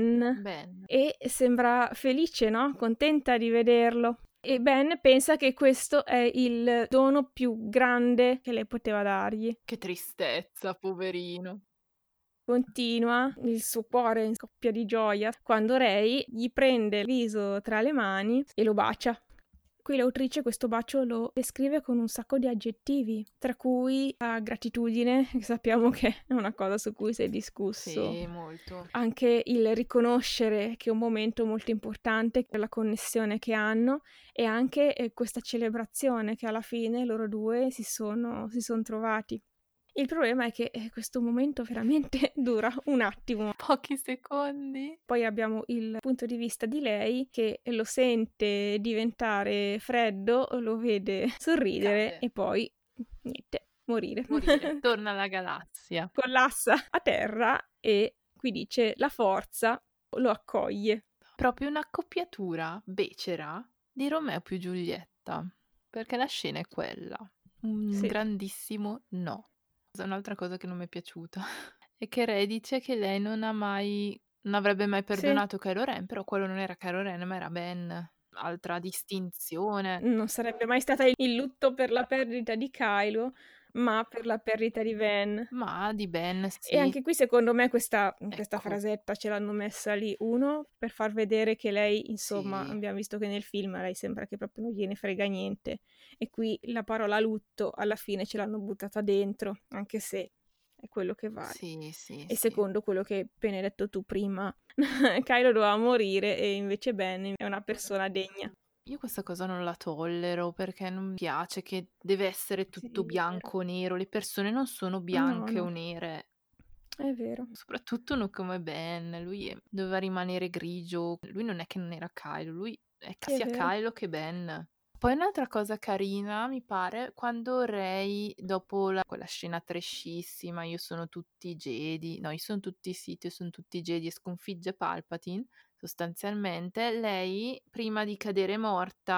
Ben. E sembra felice, no? Contenta di vederlo. E Ben pensa che questo è il dono più grande che lei poteva dargli. Che tristezza, poverino. Continua, il suo cuore scoppia di gioia quando Rey gli prende il viso tra le mani e lo bacia. Qui l'autrice questo bacio lo descrive con un sacco di aggettivi, tra cui la gratitudine, che sappiamo che è una cosa su cui si è discusso. Sì, molto. Anche il riconoscere che è un momento molto importante per la connessione che hanno e anche questa celebrazione che alla fine loro due si sono trovati. Il problema è che questo momento veramente dura un attimo. Pochi secondi. Poi abbiamo il punto di vista di lei che lo sente diventare freddo, lo vede sorridere Cade. e poi niente, morire. Torna alla galassia. Collassa a terra e qui dice la forza lo accoglie. Proprio un'accoppiatura becera di Romeo più Giulietta, perché la scena è quella. Un grandissimo no. Un'altra cosa che non mi è piaciuta è che Rey dice che lei non avrebbe mai perdonato Kylo Ren, però quello non era Kylo Ren, ma era Ben. Altra distinzione. Non sarebbe mai stata il lutto per la perdita di Kylo, ma per la perdita di Ben. Ma di Ben, sì. E anche qui secondo me questa frasetta ce l'hanno messa lì, uno, per far vedere che lei, insomma, abbiamo visto che nel film lei sembra che proprio non gliene frega niente. E qui la parola lutto alla fine ce l'hanno buttata dentro, anche se è quello che vale. Sì. Secondo quello che hai appena detto tu prima, Kylo doveva morire e invece Ben è una persona degna. Io questa cosa non la tollero perché non mi piace che deve essere tutto bianco o nero, le persone non sono bianche o nere. È vero. Soprattutto non come Ben, lui doveva rimanere grigio, lui non è che non era Kylo, lui è sia Kylo che Ben. Poi un'altra cosa carina, mi pare, quando Rey, dopo quella scena trashissima, io sono tutti Jedi, no, io sono tutti Sith, io sono tutti Jedi e sconfigge Palpatine, sostanzialmente, lei, prima di cadere morta,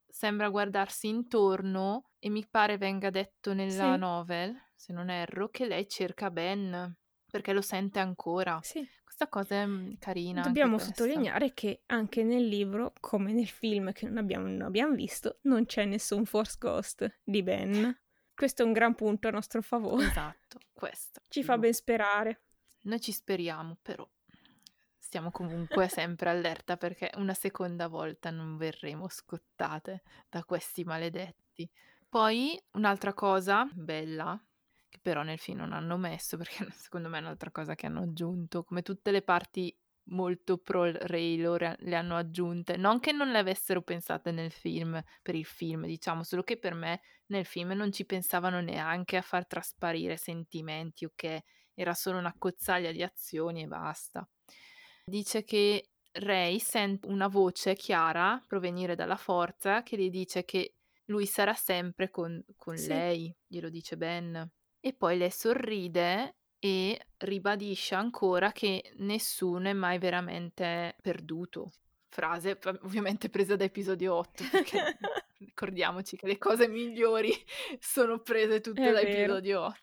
sembra guardarsi intorno e mi pare venga detto nella Sì, novel, se non erro, che lei cerca Ben perché lo sente ancora. sì. Questa cosa è carina anche Dobbiamo questa. sottolineare che anche nel libro, come nel film che non abbiamo visto, non c'è nessun Force Ghost di Ben. Questo è un gran punto a nostro favore. Esatto, questo. Ci fa ben sperare. Noi ci speriamo, però stiamo comunque sempre allerta perché una seconda volta non verremo scottate da questi maledetti. Poi un'altra cosa bella, che però nel film non hanno messo, perché secondo me è un'altra cosa che hanno aggiunto, come tutte le parti molto pro Reylo le hanno aggiunte, non che non le avessero pensate nel film, per il film, diciamo, solo che per me nel film non ci pensavano neanche a far trasparire sentimenti, ok? Era solo una cozzaglia di azioni e basta. Dice che Rey sente una voce chiara provenire dalla forza che gli dice che lui sarà sempre con Sì, lei, glielo dice Ben. E poi lei sorride e ribadisce ancora che nessuno è mai veramente perduto. Frase ovviamente presa da episodio 8, perché ricordiamoci che le cose migliori sono prese tutte è da vero. episodio 8.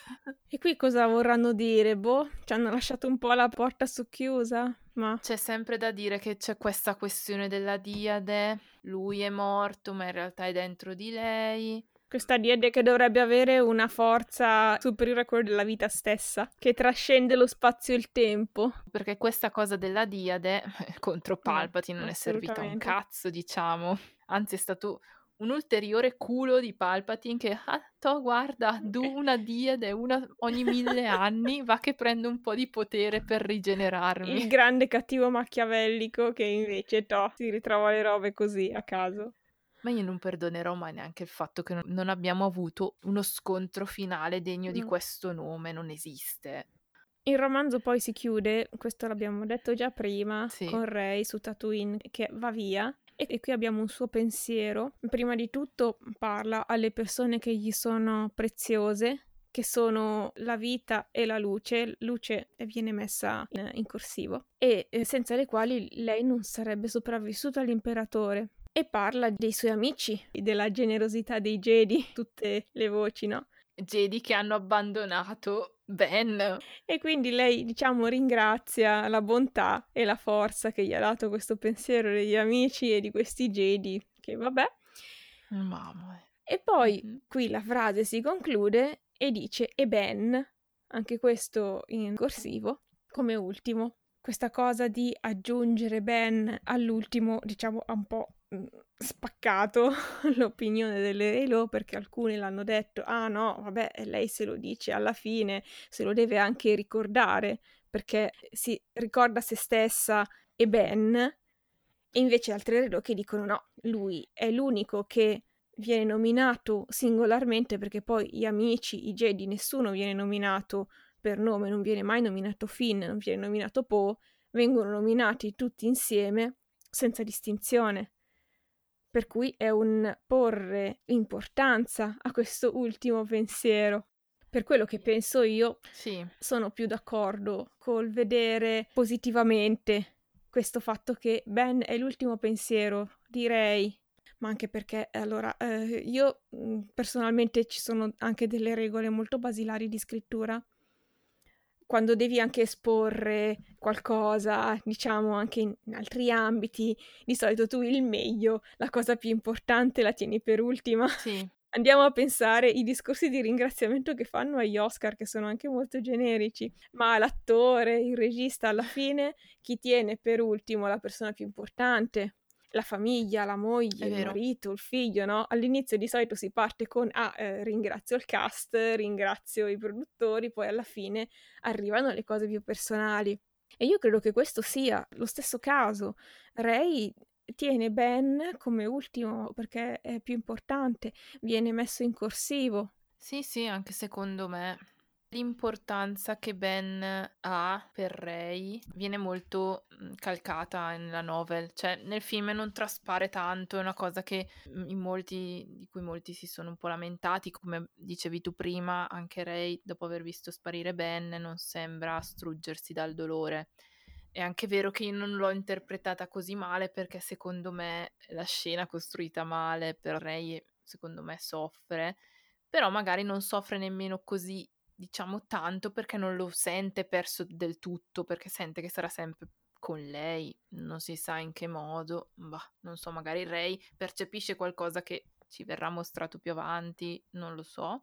E qui cosa vorranno dire? Boh, ci hanno lasciato un po' la porta socchiusa, ma C'è sempre da dire che c'è questa questione della Diade, lui è morto, ma in realtà è dentro di lei. questa diade che dovrebbe avere una forza superiore a quella della vita stessa, che trascende lo spazio e il tempo. Perché questa cosa della Diade contro No, Palpatine non è servita un assolutamente. cazzo, diciamo. Anzi, è stato un ulteriore culo di Palpatine che, guarda, una Diade, una ogni 1000 anni, va che prendo un po' di potere per rigenerarmi. Il grande cattivo machiavellico che invece, si ritrova le robe così a caso. Ma io non perdonerò mai neanche il fatto che non abbiamo avuto uno scontro finale degno di No. questo nome, non esiste. Il romanzo poi si chiude, questo l'abbiamo detto già prima, Sì, con Rey su Tatooine che va via e qui abbiamo un suo pensiero. Prima di tutto parla alle persone che gli sono preziose, che sono la vita e la luce viene messa in corsivo, e senza le quali lei non sarebbe sopravvissuta all'imperatore. E parla dei suoi amici, della generosità dei Jedi, tutte le voci, no? Jedi che hanno abbandonato Ben. E quindi lei, diciamo, ringrazia la bontà e la forza che gli ha dato questo pensiero degli amici e di questi Jedi, che vabbè. Mamma. E poi Mhm. qui la frase si conclude e dice e Ben, anche questo in corsivo, come ultimo. Questa cosa di aggiungere Ben all'ultimo, diciamo, ha un po' spaccato l'opinione delle Reylo, perché alcuni l'hanno detto, ah no, vabbè, lei se lo dice alla fine, se lo deve anche ricordare, perché si ricorda se stessa e Ben, e invece altre Reylo che dicono no, lui è l'unico che viene nominato singolarmente, perché poi gli amici, i Jedi, nessuno viene nominato per nome, non viene mai nominato Finn, non viene nominato Poe, vengono nominati tutti insieme senza distinzione. Per cui è un porre importanza a questo ultimo pensiero. Per quello che penso io, Sì, sono più d'accordo col vedere positivamente questo fatto che Ben è l'ultimo pensiero, direi, ma anche perché allora io personalmente ci sono anche delle regole molto basilari di scrittura. Quando devi anche esporre qualcosa, diciamo anche in altri ambiti, di solito tu il meglio, la cosa più importante la tieni per ultima. sì. Andiamo a pensare i discorsi di ringraziamento che fanno agli Oscar, che sono anche molto generici, ma l'attore, il regista, alla fine, chi tiene per ultimo la persona più importante? La famiglia, la moglie, È il vero. marito, il figlio, no? All'inizio di solito si parte con ringrazio il cast, ringrazio i produttori, poi alla fine arrivano le cose più personali. E io credo che questo sia lo stesso caso. Ray tiene Ben come ultimo perché è più importante, viene messo in corsivo. Sì, sì, anche secondo me. L'importanza che Ben ha per Rey viene molto calcata nella novel, cioè nel film non traspare tanto, è una cosa che di cui molti si sono un po' lamentati, come dicevi tu prima, anche Rey dopo aver visto sparire Ben non sembra struggersi dal dolore. È anche vero che io non l'ho interpretata così male, perché secondo me la scena è costruita male, per Rey secondo me soffre, però magari non soffre nemmeno così, diciamo, tanto, perché non lo sente perso del tutto, perché sente che sarà sempre con lei, non si sa in che modo, non so, magari Rey percepisce qualcosa che ci verrà mostrato più avanti, non lo so.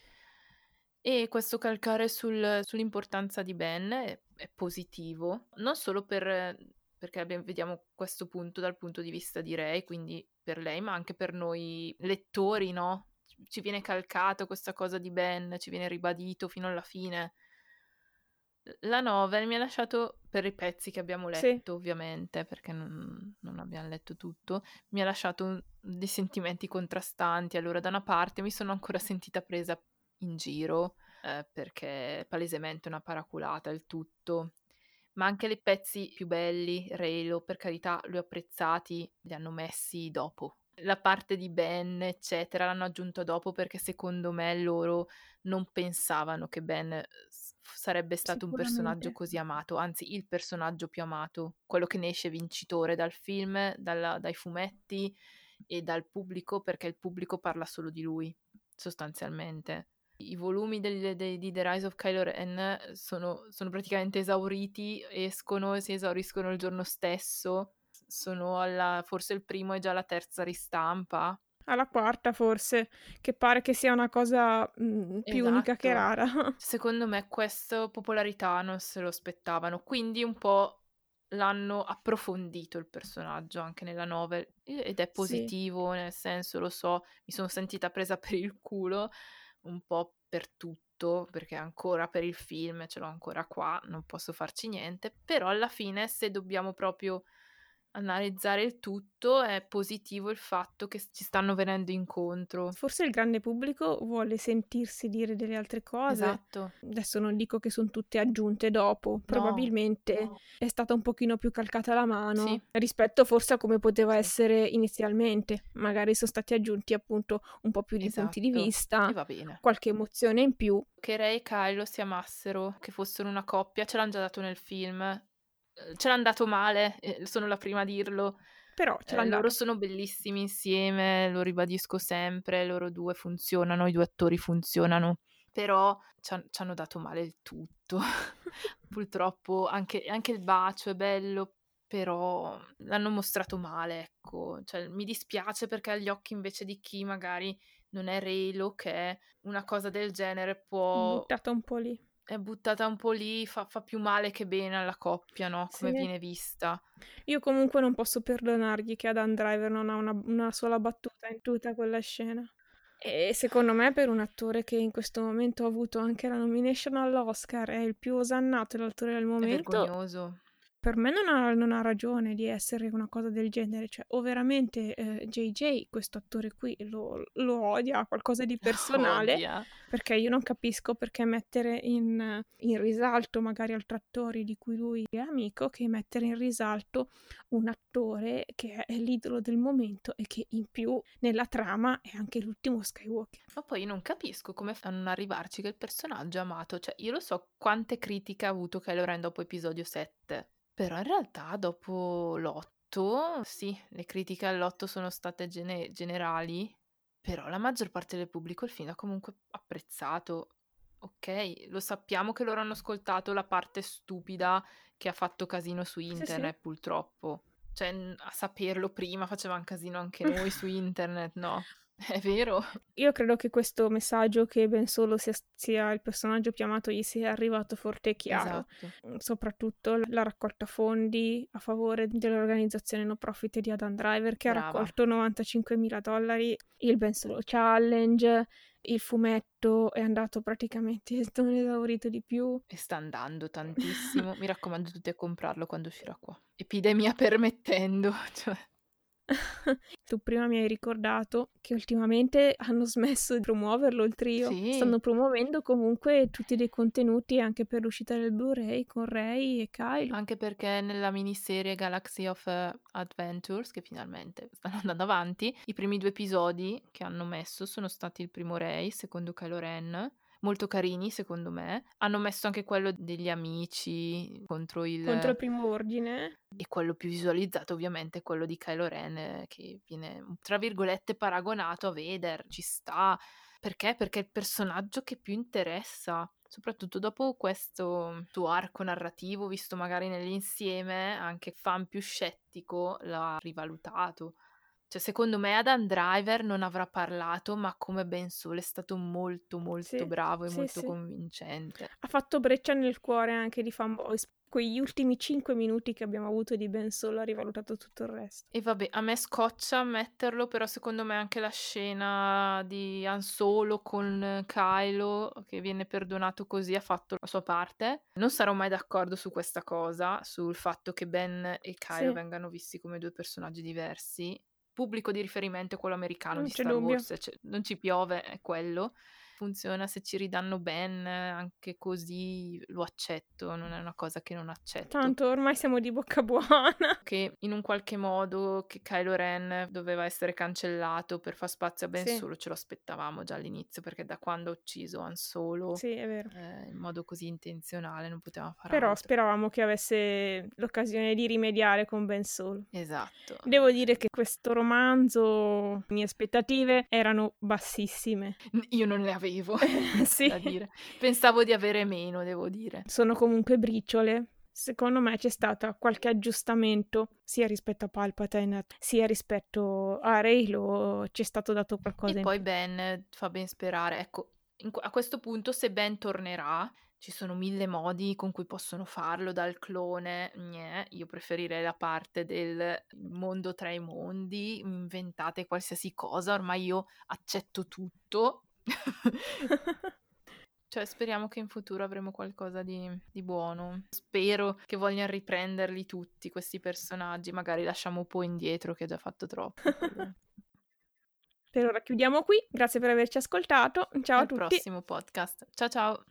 E questo calcare sull'importanza di Ben è positivo, non solo perché vediamo questo punto dal punto di vista di Rey, quindi per lei, ma anche per noi lettori, no? Ci viene calcato questa cosa di Ben, ci viene ribadito fino alla fine. La novel mi ha lasciato, per i pezzi che abbiamo Sì. letto, ovviamente, perché non abbiamo letto tutto, mi ha lasciato dei sentimenti contrastanti. Allora, da una parte mi sono ancora sentita presa in giro, perché è palesemente una paraculata il tutto, ma anche i pezzi più belli, Reylo, per carità, li ho apprezzati, li hanno messi dopo. La parte di Ben, eccetera, l'hanno aggiunto dopo, perché secondo me loro non pensavano che Ben sarebbe stato un personaggio Sicuramente. così amato, anzi il personaggio più amato, quello che ne esce vincitore dal film, dai fumetti e dal pubblico, perché il pubblico parla solo di lui, sostanzialmente. I volumi di The Rise of Kylo Ren sono praticamente esauriti, escono e si esauriscono il giorno stesso, sono forse il primo e già la terza ristampa. Alla quarta forse, che pare che sia una cosa più unica che Esatto. rara. Secondo me questa popolarità non se lo aspettavano, quindi un po' l'hanno approfondito il personaggio anche nella novel, ed è Sì. positivo, nel senso, lo so, mi sono sentita presa per il culo un po' per tutto, perché ancora per il film ce l'ho ancora qua, non posso farci niente, però alla fine, se dobbiamo proprio analizzare il tutto, è positivo il fatto che ci stanno venendo incontro. Forse il grande pubblico vuole sentirsi dire delle altre cose. Esatto. Adesso non dico che son tutte aggiunte dopo, probabilmente è stata un pochino più calcata la mano Sì. rispetto forse a come poteva essere inizialmente. Magari son stati aggiunti appunto un po' più di punti di Esatto. vista, E va bene. qualche emozione in più. Che Rey e Kylo si amassero, che fossero una coppia, ce l'han già dato nel film. Ce l'han dato male, sono la prima a dirlo. Però ce l'han Loro dato. sono bellissimi insieme, lo ribadisco sempre, loro due funzionano, i due attori funzionano, però c'hanno dato male il tutto. Purtroppo anche il bacio è bello, però l'hanno mostrato male, ecco. Cioè, mi dispiace, perché agli occhi invece di chi magari non è Reylo, che è una cosa del genere Buttata un po' lì. è buttata un po' lì, fa più male che bene alla coppia, no, come Sì. viene vista. Io comunque non posso perdonargli che Adam Driver non ha una sola battuta in tutta quella scena. E secondo me, per un attore che in questo momento ha avuto anche la nomination all'Oscar, è il più osannato l'attore del È momento, vergognoso. per me non ha ragione di essere una cosa del genere. Cioè, o veramente JJ, questo attore qui, lo odia, ha qualcosa di personale, Odia. perché io non capisco perché mettere in risalto magari altri attori di cui lui è amico, che mettere in risalto un attore che è l'idolo del momento e che in più nella trama è anche l'ultimo Skywalker. Ma poi io non capisco come fanno a non arrivarci che il personaggio è amato. Cioè, io lo so quante critiche ha avuto Kylo Ren dopo episodio 7, però in realtà dopo l'8, sì, le critiche all'8 sono state generali, però la maggior parte del pubblico il film ha comunque apprezzato. Ok, lo sappiamo che loro hanno ascoltato la parte stupida che ha fatto casino su internet, purtroppo. Cioè, a saperlo prima facevamo casino anche noi su internet, no? È vero. Io credo che questo messaggio, che Ben Solo sia il personaggio più amato, gli sia arrivato forte e chiaro. Esatto. Soprattutto la raccolta fondi a favore dell'organizzazione no profit di Adam Driver, che Brava. ha raccolto $95.000, il Ben Solo Challenge, il fumetto è andato praticamente non esaurito di più. E sta andando tantissimo. Mi raccomando tutti a comprarlo quando uscirà qua. Epidemia permettendo, cioè. Tu prima mi hai ricordato che ultimamente hanno smesso di promuoverlo il trio. Sì. Stanno promuovendo comunque tutti dei contenuti anche per l'uscita del Blu-ray con Rey e Kylo. Anche perché nella miniserie Galaxy of Adventures, che finalmente stanno andando avanti, i primi 2 episodi che hanno messo sono stati il primo Rey, il secondo Kylo Ren. molto carini secondo me. Hanno messo anche quello degli amici contro il Primo Ordine. E quello più visualizzato ovviamente è quello di Kylo Ren, che viene, tra virgolette, paragonato a Vader. Ci sta. Perché? Perché è il personaggio che più interessa, soprattutto dopo questo suo arco narrativo, visto magari nell'insieme, anche fan più scettico l'ha rivalutato. Cioè, secondo me Adam Driver non avrà parlato, ma come Ben Solo è stato molto molto bravo e molto convincente. Ha fatto breccia nel cuore anche di fanboys. Quegli ultimi 5 minuti che abbiamo avuto di Ben Solo ha rivalutato tutto il resto. E vabbè, a me scoccia ammetterlo, però secondo me anche la scena di Han Solo con Kylo, che viene perdonato così, ha fatto la sua parte. Non sarò mai d'accordo su questa cosa, sul fatto che Ben e Kylo vengano visti come due personaggi diversi. Pubblico di riferimento è quello americano di Star Wars, cioè, non ci piove, è quello. Funziona, se ci ridanno Ben anche così lo accetto, non è una cosa che non accetto. Tanto ormai siamo di bocca buona. Che in un qualche modo che Kylo Ren doveva essere cancellato per far spazio a Ben Solo, ce lo aspettavamo già all'inizio, perché da quando ha ucciso Han Solo è vero. In modo così intenzionale non poteva fare Però altro. speravamo che avesse l'occasione di rimediare con Ben Solo. Esatto. Devo dire che questo romanzo, le mie aspettative erano bassissime. Io non le avevo, da dire. Pensavo di avere meno, devo dire. Sono comunque briciole. Secondo me c'è stato qualche aggiustamento sia rispetto a Palpatine sia rispetto a Reylo, c'è stato dato qualcosa e poi Ben fa ben sperare. Ecco, a questo punto, se Ben tornerà, ci sono 1000 modi con cui possono farlo, dal clone, io preferirei la parte del mondo tra i mondi, inventate qualsiasi cosa, ormai io accetto tutto. Cioè, speriamo che in futuro avremo qualcosa di buono. Spero che vogliano riprenderli tutti questi personaggi, magari lasciamo Poe indietro che ha già fatto troppo. Per ora chiudiamo qui, grazie per averci ascoltato, ciao a tutti. Al prossimo podcast, ciao ciao!